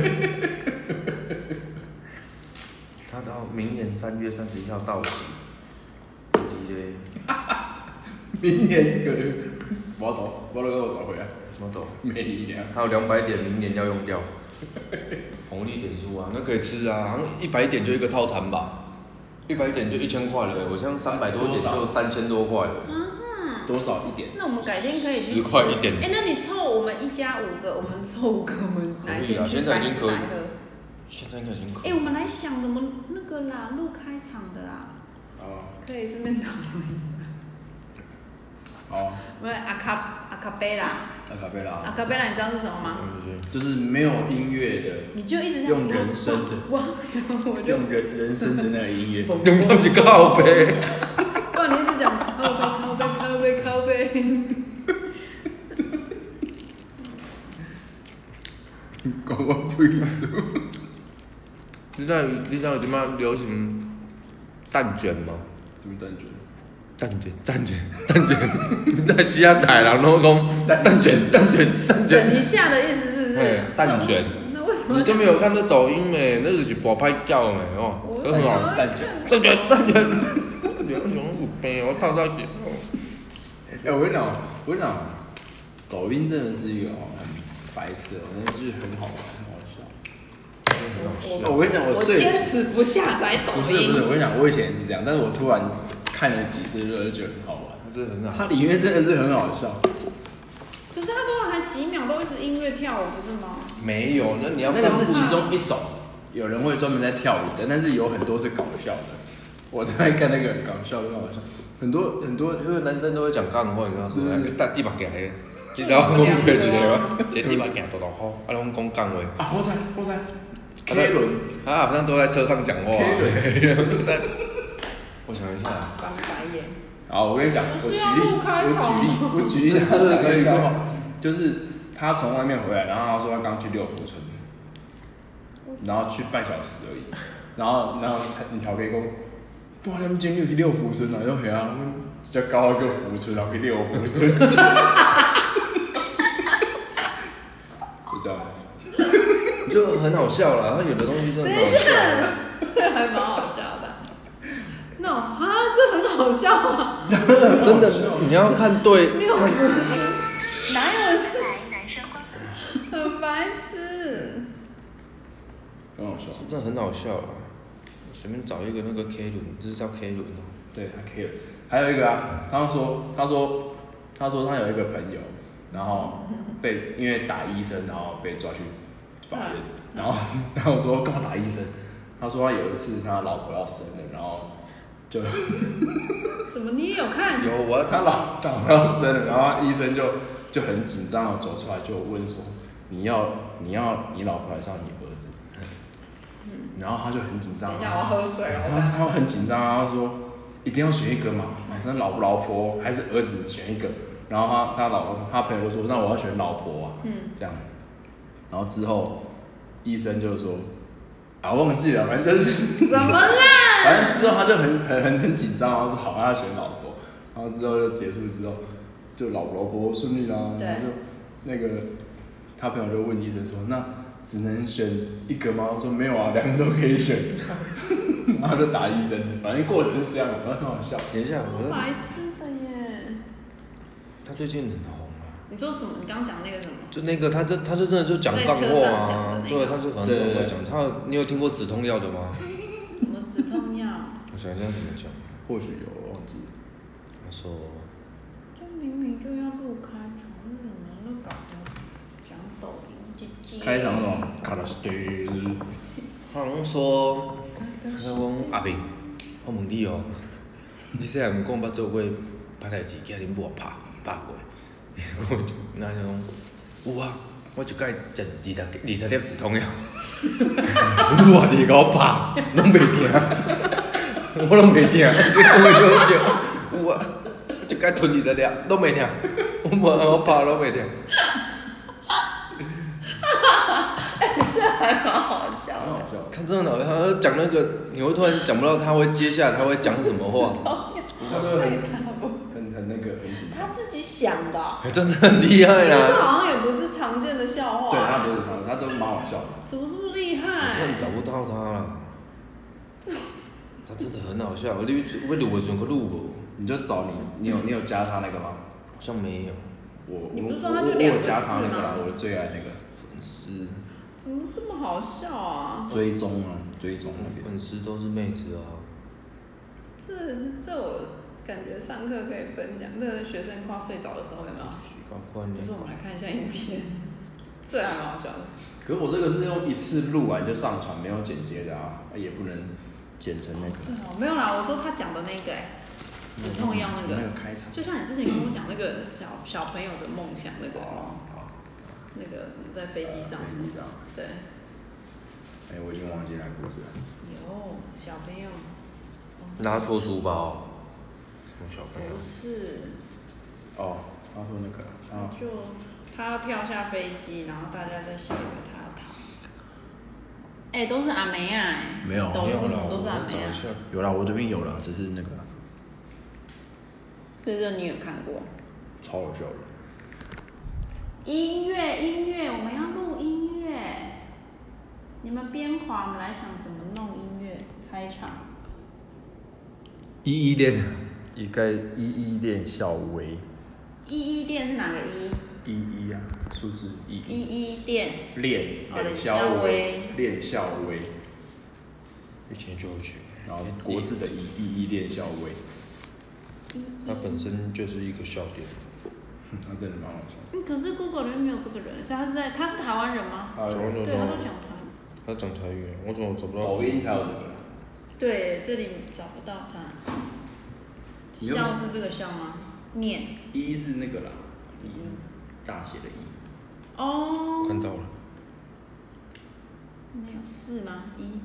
他到明年3月31号到期。你嘞？ 明年个，我都50岁啊。 什么豆？ 每年。 还有200点，明年要用掉。红利点数啊，那可以吃啊，好像100点就一个套餐吧，100点就1000块了，我像300多点就3000多块了。 多少一点？ 那我们改天可以去 10块一点。 那你凑我们一家5个，我们凑5个，我们哪一天去拜师来喝？ 现在应该已经可以。 我们来想怎么那个啦，路开场的啦。可以顺便讨论一下。我们阿卡贝拉。阿卡贝拉，你知道是什么吗？ 就是没有音乐的。 你就一直用人声的。用人声的那个音乐。 用他们去靠背。 不然你一直讲靠背。 讲我不意思。 你知道有什么流行蛋卷吗？ 什么蛋卷？ 蛋卷，你在其他台人拢讲蛋卷。 等一下的意思是不是？ 蛋卷。 那为什么？ 你就没有看这抖音没？那就是播拍叫没哦，很好。蛋卷。我套到点。 我跟你讲，抖音真的是一个很白痴的，但是很好玩，很好笑。我跟你讲，我坚持不下载抖音。 不是，我跟你讲，我以前也是这样，但是我突然看了几次，就觉得很好玩， 真的很好。 它里面真的是很好笑。 可是它通常还几秒都一直音乐跳舞，不是吗？ 没有，那你要那个是其中一种，有人会专门在跳舞的，但是有很多是搞笑的。我在看那个搞笑的，很多， 因为男生都会讲干话，你知道吗？搭地板行的，你知道我讲一个吗？这地板行大好，拢讲干话。 啊，我知。K 轮， 他好像都在车上讲话。K 轮，我想一下。 翻白眼。 好，我跟你讲，我举例一下，真的可以更好。就是他从外面回来，然后他说他刚去六福村，然后去半小时而已，然后你头家讲，哇，咱今日去六福村啊，就系啊，比较高一个福村，然后去六福村，就这样， 就很好笑啦。他有的东西真的很好笑。 这还蛮好笑的。No 啊，这很好笑啊！ 真的，你要看对。 没有，哪有？很白痴。 很好笑。 真的很好笑啊！随便找一个那个 K 轮，这是叫 K 轮哦。 对，他 K 轮。还有一个啊，他说他有一个朋友，然后因为打医生，然后被抓去法院，然后我说干嘛打医生？他说他有一次他老婆要生了，然后就什么？你也有看？ 有他老婆要生了，然后医生就很紧张的走出来，就问说你要你老婆还是要你儿子？然后他就很紧张， 等一下我喝水了。 他很紧张，然后说一定要选一个嘛，那老婆还是儿子选一个。然后他朋友就说那我要选老婆啊，这样。然后之后医生就说啊我忘记了，反正就是什么啦？ 反正之后他就很紧张，然后说好，他要选老婆。然后之后就结束之后，就老婆顺利啦。然后就那个他朋友就问医生说那只能选一个吗？我说没有啊，两个都可以选。然后就打医生，反正过程是这样的，很好笑。 等一下， 白痴的耶。 他最近很红啊。 你说什么？你刚刚讲那个什么？ 就那个他就真的就讲干话啊，对，他就很会讲。你有听过止痛药的吗？ 什么止痛药？ 我想一下怎么讲， 或许有，忘记了。 他说。 这明明就要录开场，为什么都搞成讲抖音？ 开场什么？卡拉斯蒂。 他说阿明，我问你哦，你细汉毋讲捌做过歹代志，惊恁某拍过？那种有啊，我一摆食20粒止痛药，我话你甲我拍，拢袂听，我拢袂听，你讲的好少，有啊，我一摆吞20粒，拢袂听，我拍拢袂听。 这还蛮好笑的。 他真的好笑，他讲那个，你会突然想不到他会接下来他会讲什么话。 他都很那个很紧张。 他自己想的。 真的很厉害啦。 这好像也不是常见的笑话。 对，他不是他都蛮好笑的。 怎么这么厉害？ 我突然找不到他了。他真的很好笑，我录的时候录无。 你就找你有加他那个吗？ 好像没有。 我有加他那个啦，我的最爱那个粉丝。 怎么这么好笑啊？ 追踪那边。 粉丝都是妹子啊。 这我感觉上课可以分享，那个学生快睡着的时候有没有？可是我们来看一下影片，这还蛮好笑的。 可是我这个是用一次录完就上传，没有剪接的啊，也不能剪成那个。 对哦，没有啦，我说他讲的那个止痛药那个，就像你之前跟我讲那个小朋友的梦想那个。那个什么在飞机上，对。 我已经忘记那个故事了。 有小朋友。 拿错书包。什么小朋友？ 不是。 哦，他说那个。 他要跳下飞机，然后大家在下面他要逃。都是阿梅啊。 没有。 抖音为什么都是阿梅啊？ 有啦，我这边有啦，只是那个。 这个你有看过？ 超好笑的。 音乐，我们要录音你们边滑，我们来想怎么弄音乐开场。 依依恋，应该依依恋校微。 依依恋是哪个依？ 依依啊，数字依依。 依依恋。 恋校微，恋校微。 以前就有学。 然后国字的依依恋校微。 它本身就是一个笑点。 他真的蛮好笑。 可是 Google 里面没有这个人，所以他是台湾人吗？对，他都讲台语。 他讲台语，我怎么找不到？ 抖音才有这个。 对，这里找不到他。笑是这个笑吗？念。 一是那个啦，大写的一。 哦。 看到了。 没有4吗？1。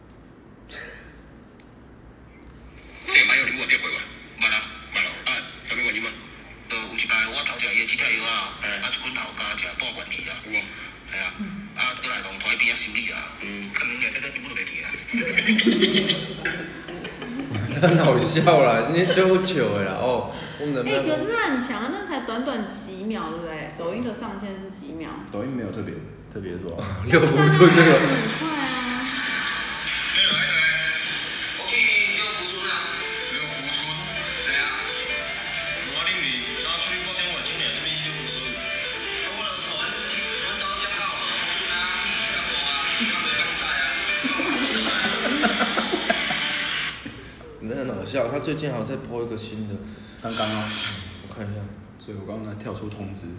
这个买药你有跌过无？捌啦，捌咯。啊，什么原因嘛？有一摆我头食伊个止痛药啊，一捆头加食半罐饴啊，有无？系啊，倒来龙台边修理啊，可能个根本都袂记啊。 很好笑啦，今天就久了啦哦。可是他很强，那才短短几秒，对不对？抖音的上限是几秒？ 抖音没有特别说。 六福村那个。 很快啊。 你真的很好笑，他最近好像在播一个新的。 刚刚啊， 我看一下。 所以我刚刚跳出通知。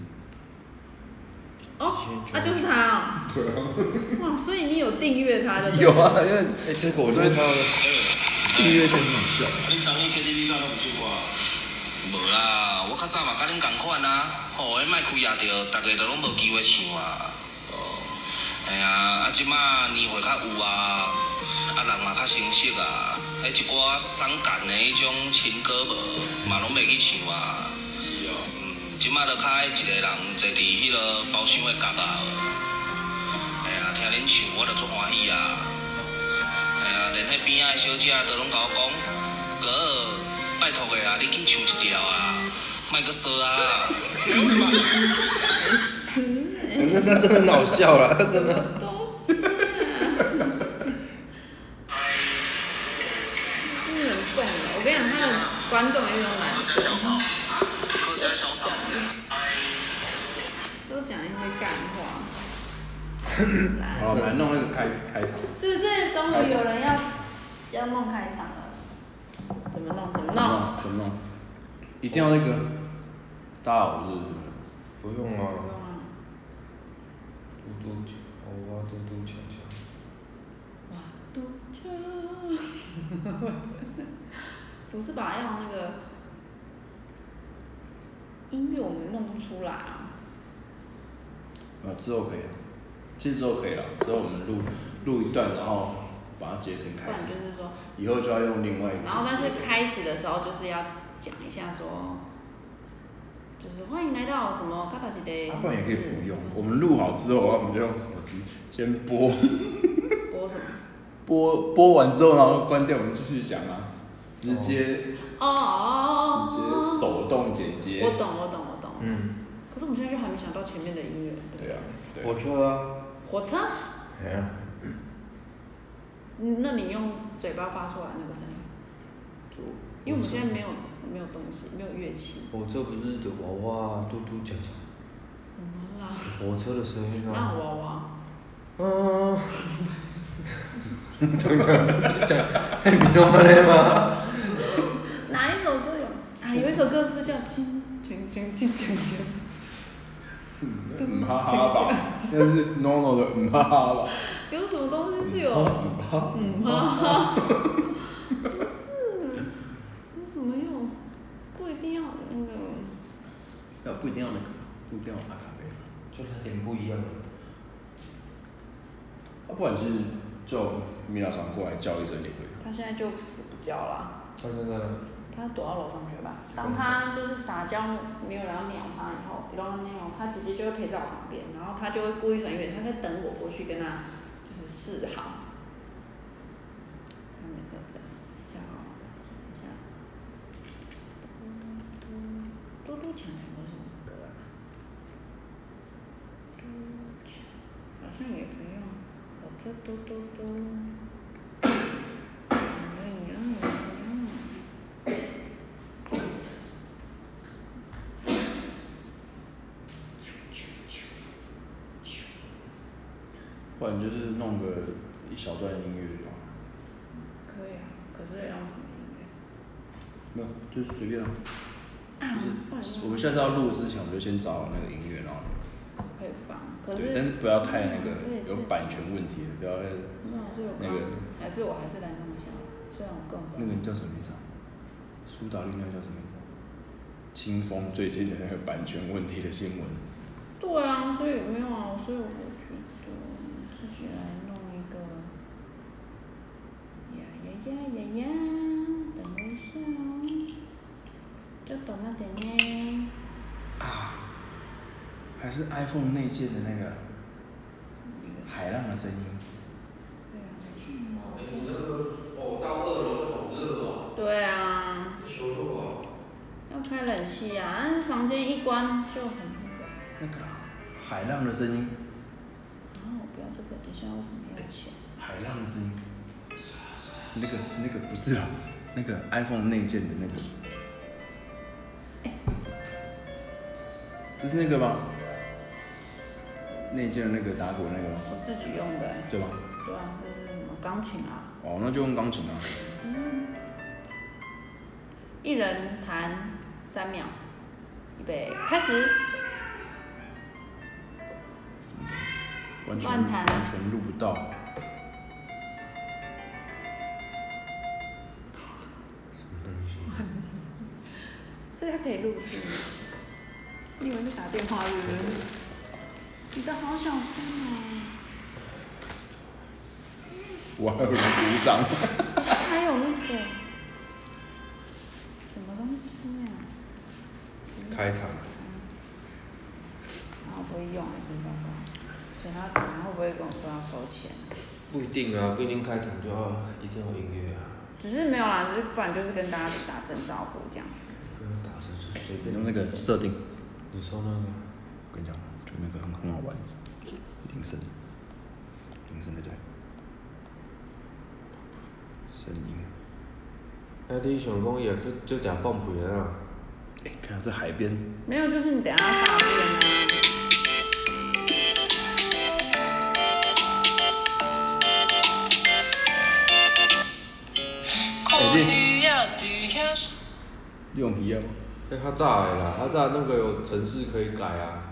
就是他啊。 对啊。 哇，所以你有订阅他的？ 有啊，因为这个我觉得他订阅真的很笑。 你昨天 KTV 敢拢有唱歌？无啦，我较早嘛甲恁同款啊，吼，迄莫开也着，大家都拢无机会唱啊。哎呀，即马年岁较有啊，人嘛较成熟啊，迄一寡伤感的迄种情歌无，嘛拢袂去唱啊。是哦。即马就较爱一个人坐伫迄个包厢的角啊。哎呀，听恁唱我就足欢喜啊。哎呀，连迄边仔的小姐都拢甲我讲，哥，拜托个啊，你去唱一条啊，莫阁说啊。 那真的很好笑啦，真的。 都是啊。真的很重的，我跟你讲，他的观众也有男生。都讲一些干话。 好，来弄那个开场。 是不是终于有人要弄开场了？怎么弄？ 一定要那个。大家好，我是。 不用啊。嘟嘟锵，哇嘟嘟锵锵。 哇嘟锵。不是吧？要那个音乐我们弄不出来啊。 之后可以了，其实之后可以了，之后我们录一段，然后把它截成开场。 就是说。 以后就要用另外一个。 然后但是开始的时候就是要讲一下说。就是欢迎来到什么卡塔西的。 不然也可以不用，我们录好之后，我们就用手机先播。 播什么？ 播完之后，然后关掉，我们继续讲啊，直接。直接手动剪接。 我懂。可是我们现在就还没想到前面的音乐。 对啊。 火车啊。 火车？ 哎呀。 那你用嘴巴发出来那个声音？因为我们现在没有东西，没有乐器。 火车不是的娃娃嘟嘟锵锵。 什么啦？ 火车的声音啊。 那娃娃。 讲，你懂吗？ 哪一首歌有？啊，有一首歌是不是叫《轻轻轻轻轻轻》？ 哈哈吧，那是 NONO 的哈哈吧。 有什么东西是有哈哈？不是，有什么用？不一定要那个。 不一定要那个，不一定要阿卡贝拉， 就它点不一样的。 不然就米拉桑过来叫一声也可以。 他现在就死不叫啦。 他现在。 他躲到楼上去吧。当他就是撒娇，没有人要鸟他以后，他姐姐就会陪在我旁边，然后他就会故意很远，他在等我过去跟他就是示好。他每次这样，等一下。嘟嘟锵锵有什么歌啊？嘟锵，好像也不用。火车嘟嘟嘟。 不然就是弄个一小段音乐就好。 可以啊，可是要什么音乐？ 没有，就是随便啊。就是我们下次要录之前，我们就先找那个音乐，然后可以放。可是对，但是不要太那个有版权问题的，不要那个。 还是来弄一下，虽然我更那个叫什么名字啊？苏打绿那个叫什么名字？清风最近的那个版权问题的新闻。 对啊，所以没有啊，所以我觉得自己来弄一个。呀，等我一下哦，就等那点呢。 啊，还是 iPhone 内建的那个海浪的声音。 你那个到2楼好热哦。 对啊。 修路啊。 要开冷气啊，房间一关就很那个海浪的声音。 我不要这个，等一下为什么要钱？ 海浪的声音。那个不是啊，那个 iPhone 内建的那个。这是那个吗？内建的那个打鼓那个吗？ 我自己用的。 对吧？ 对啊，这是什么钢琴啊？ 哦，那就用钢琴啊。 一人弹3秒，预备，开始。 完全录不到。 什么东西？ 所以它可以录制。你以为是打电话是不是？你的好小声哦。 我还有人鼓掌。 还有那个什么东西啊？ 开场。 我不会用，真糟糕。所以他等下会不会跟我说要收钱？ 不一定啊，不一定开场就一定要音乐啊。 只是没有啦，只是不然就是跟大家打声招呼这样子。 不用打声，随便。 用那个设定。 你说那个？ 我跟你讲，就那个很好玩，铃声对不对？声音。 你想讲伊就定放屁啊？ 看到这海边。 没有，就是你等下大便啊。 用鱼啊？ 较早的啦，较早那个有程式可以改啊。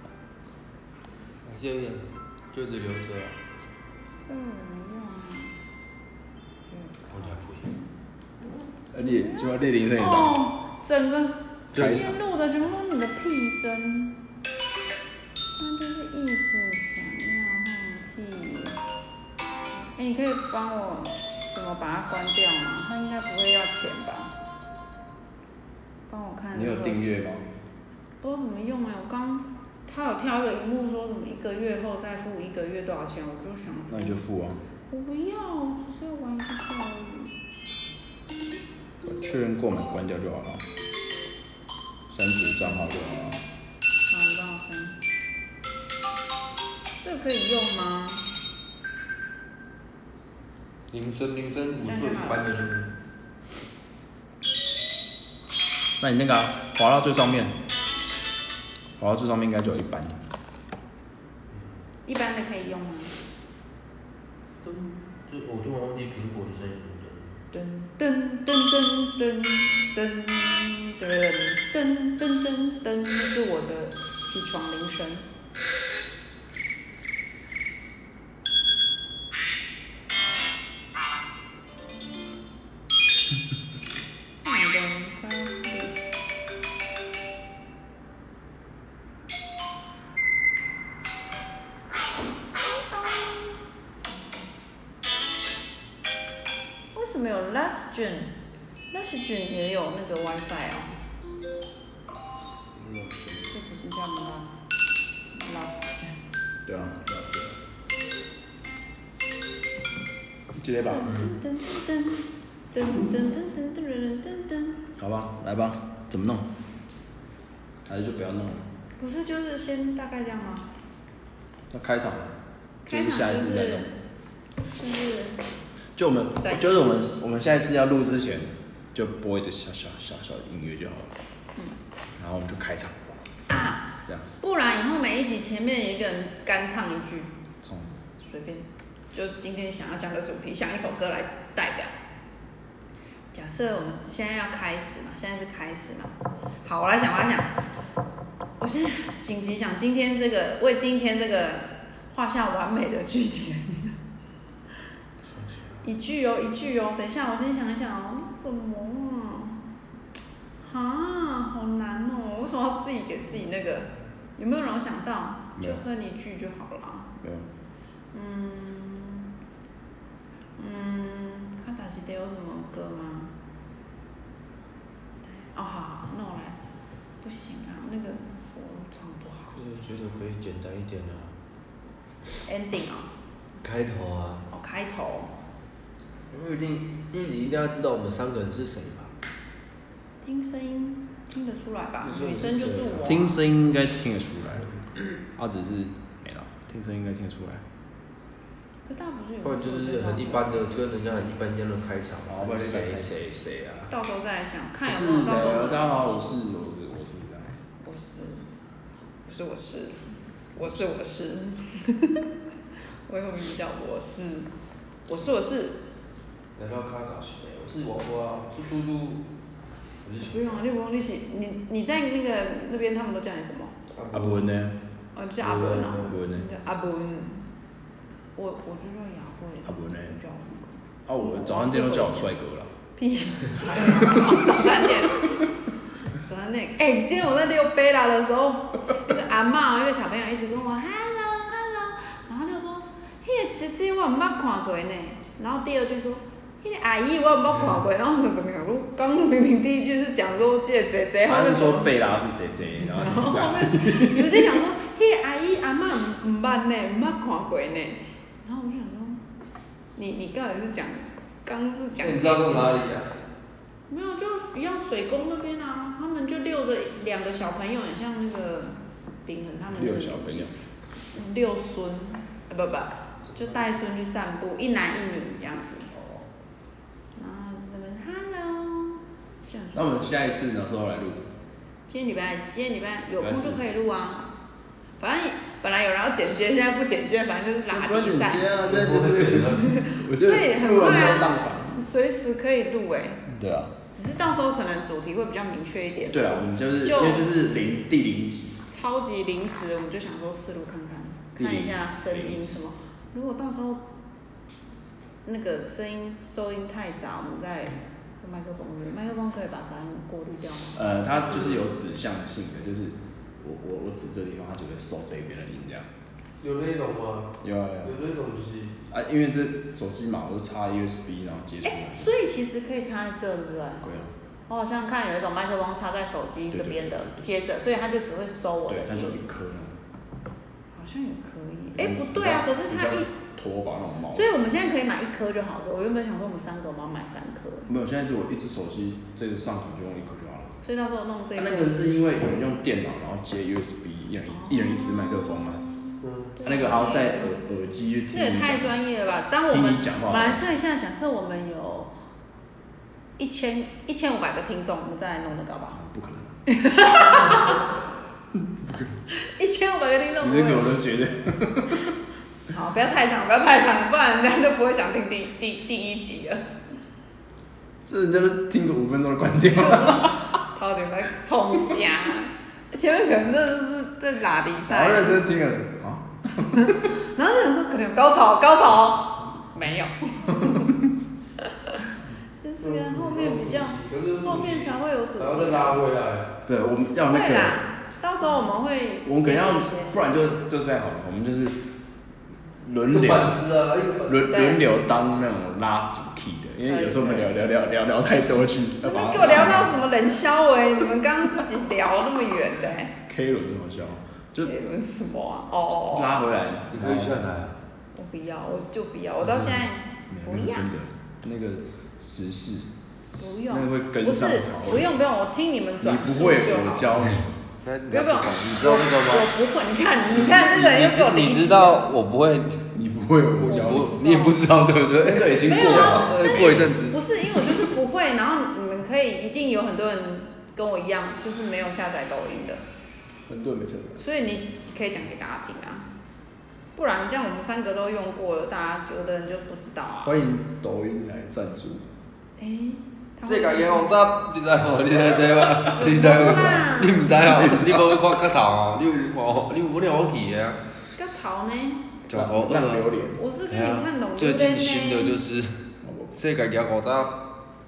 就一直留着啊。 这个怎么用啊？ 我家不你就要列铃声你整个今天录的全部都是你的屁声，那就是一直想要放屁。你可以帮我怎么把它关掉吗？它应该不会要钱吧？帮我看。 你有订阅吗？ 不知道怎么用他有跳一个荧幕说什么1个月后再付1个月多少钱，我就想。 那你就付啊。 我不要，我只是要玩一下而已。 确认购买关掉就好了，删除账号就好了。 好，你帮我删。这个可以用吗？ 铃声我做一般的那个。 那你那个滑到最上面，滑到最上面应该就有一般。 一般的可以用吗？ 我突然忘记苹果的声音。 噔噔噔噔噔噔噔噔噔噔，这是我的起床铃声。为什么有 Lasgen 也有那个 WiFi 哦？这不是叫什么 Lasgen？ 对啊。记得吧。好吧，来吧，怎么弄？还是就不要弄了？ 不是，就是先大概这样吗？ 那开场，就是下一次再弄。 就我们下一次要录之前，就播一个小的音乐就好了。然后我们就开场。这样。 不然以后每一集前面有一个人干唱一句。随便，就今天想要讲的主题，想一首歌来代表。假设我们现在要开始嘛，现在是开始嘛。好，我来想，我现在紧急想为今天这个画下完美的句点。一句哦，等一下，我先想一想哦，什么好难哦，为什么要自己给自己那个？有没有人想到？就哼一句就好了。 没有。 看打西得有什么歌吗？好，那我来。不行啊，那个我唱不好。 就是觉得可以简单一点啊。 ending 开头啊。 开头。 因为你一定要知道我们3个人是谁吧？ 听声音听得出来吧？女生就是我。 听声音应该听得出来，只是没了。听声音应该听得出来。 可大不是有。 不然就是很一般的，跟人家很一般一样的开场，然后谁啊？ 到时候再想，看有没有到时候。 大家好，我是我有名字叫我是。 来到卡卡西，我是娃娃，我是嘟嘟。 不用，你不用，你在那边他们都叫你什么？ 阿文呢？ 就叫阿文啊。 叫阿文。我就叫雅慧。 阿文呢？ 叫我早餐店都叫我帅哥了。 屁！早餐店。今天我在溜贝拉的时候，那个阿嬷，一个小朋友一直跟我 hello， 然后就说，那个姐姐我没看过呢。然后第二句说，那个阿姨我没看过，然后怎么样？刚明明第一句是讲说这个姐姐， 他是说贝拉是姐姐，然后后面直接讲说，那个阿姨阿嬷唔捌呢，没看过呢。然后我就想说，你到底是讲？刚是讲。 你知道在哪里啊？ 没有，就一样水沟那边啊，他们就遛着2个小朋友，很像那个秉恒他们。 遛小朋友。 遛孙，不，就带孙去散步，一男一女这样子。然后他们 hello， 这样说。 那我们下一次哪时候来录？ 今天礼拜有空就可以录啊。反正本来有人要剪接，现在不剪接，反正就是拉低赛。 不剪接啊，这就是。 所以很快啊， 上传， 随时可以录对啊。 只是到时候可能主题会比较明确一点。 对啊，我们就是因为这是第0集。 超级临时，我们就想说试录看一下声音什么。如果到时候那个声音收音太杂，我们再用麦克风可以把杂音过滤掉吗？ 它就是有指向性的，就是我指这地方，它就会收这边的音这样。 有那种吗？ 有那种就是因为这手机嘛，我是插 USB 然后接出来。 所以其实可以插在这，对不对？ 对啊。 我好像看有一种麦克风插在手机这边的，接着，所以它就只会收我的音。 对，它就1颗呢。 好像也可以。不对啊，可是它拖把那种毛。 所以我们现在可以买1颗就好了。我原本想说我们3个，我们要买3颗。 没有，现在如果一只手机这个上传就用1颗就好了。 所以到时候弄这个。 那个是因为有人用电脑，然后接 USB，一人一支麦克风嘛。那个还要戴耳机去听。 这也太专业了吧！当我们来算一下，假设我们有1500个听众，我们再来弄那个好不好？ 不可能。 1500个听众。 10个我都觉得。 好，不要太长，不然人家就不会想听第1集了。 这人家都听个5分钟就关掉。 超级在冲瞎，前面可能真的是在打比赛。 好认真听了然后就想说可能有高潮，没有。就是后面比较，后面才会有主题。 然后再拉回来。 对，我们要那个。 会啦，到时候我们会。 我们可能要，不然就这样好了，我们就是轮流当那种拉主 key 的，因为有时候我们聊太多去。 你们给我聊到什么冷笑话？你们刚刚自己聊那么远的。 K 轮这么笑。 K 轮什么啊？ 拉回来， 你可以下台。 我不要，我就不要，我到现在不要。 真的，那个时事， 不用， 那个会跟上潮。 不用，我听你们转述就好。 你不会，我教你。 不用， 你知道那个吗？ 我不会，你看这个人又给我理解。 你知道我不会， 你不会。 不会有胡椒， 你也不知道对不对？ 那个已经过了，过一阵子。 不是，因为我就是不会，然后你们可以一定有很多人跟我一样，就是没有下载抖音的。 很多人没下载。 所以你可以讲给大家听啊，不然这样我们3个都用过了，大家有的人就不知道啊。 欢迎抖音来赞助。 世界嘅复杂，你知无？你知吗？你知吗？你唔知哦？你无去看脚头哦？你有看？你有可能我去的啊？ 脚头呢？ 脚头浪榴莲。 我是跟你看懂最近新的就是世界嘅复杂。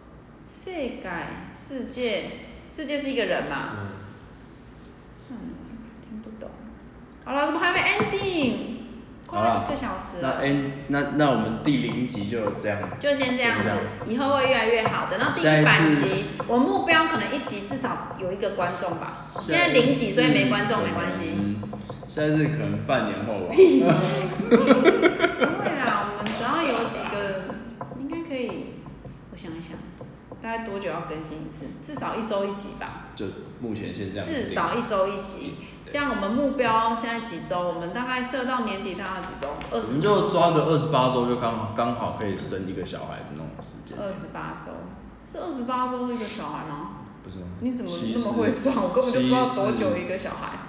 世界是一个人嘛？算了，听不懂。好了，怎么还没 ending？ 快了1个小时了。 那我们第0集就这样。 就先这样子，以后会越来越好。等到第100集，我目标可能1集至少有1个观众吧。现在0集，所以没观众没关系。 现在是可能半年后吧。 不会啦，我们只要有几个，应该可以。我想一想，大概多久要更新一次？至少1周1集吧。就目前先这样。 至少1周1集。这样我们目标现在几周？我们大概设到年底，大概几周？20。 我们就抓个28周，就刚好可以生1个小孩的那种时间。 28周是28周1个小孩吗？ 不是吗？ 你怎么那么会算？我根本就不知道多久1个小孩。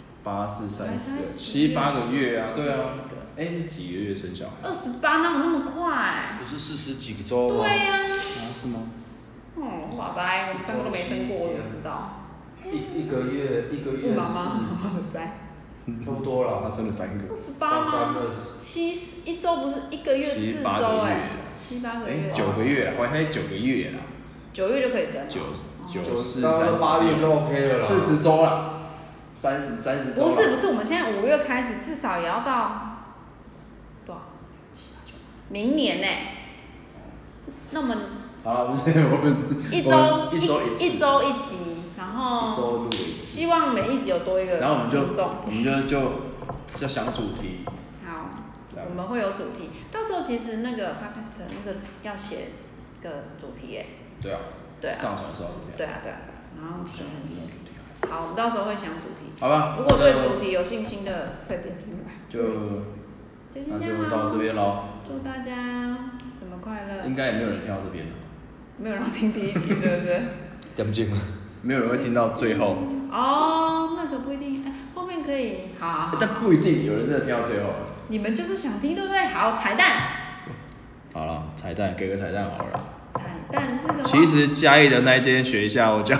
8、4、30、7、8个月啊，对啊。是几个月生小孩 ？28哪有那么快？ 不是40几个周吗？ 对呀。 是吗？ 哇塞，我们3个都没生过，我怎么知道？ 一个月妈妈在， 差不多了。 他生了3个。 28吗？1周不是1个月4周7、8个月。 9个月，我还9个月啦。 9月就可以生。 9、4、3、 8月就 OK 了啦。 40周了，30周。 不是，我们现在5月开始，至少也要到多少？7、8、9，明年呢？那我们好了，不是我们一周1集。然后希望每1集有多1个， 然后我们就想主题。 好，我们会有主题。到时候其实那个 podcast 那个要写个主题耶。对啊。上传的时候。对啊。然后选主题。好，我们到时候会想主题。好吧。如果对主题有信心的，再点进来。那就到这边咯。祝大家什么快乐？应该也没有人听到这边了。没有人听第1集，是不是？ 点进来。 没有人会听到最后。 那个不一定，后面可以。好。 但不一定，有人真的听到最后。 你们就是想听，对不对？好，彩蛋。好了，彩蛋，给个彩蛋好了。彩蛋是什么？其实嘉义的那一间学校叫。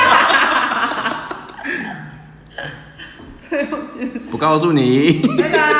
不告诉你。拜拜。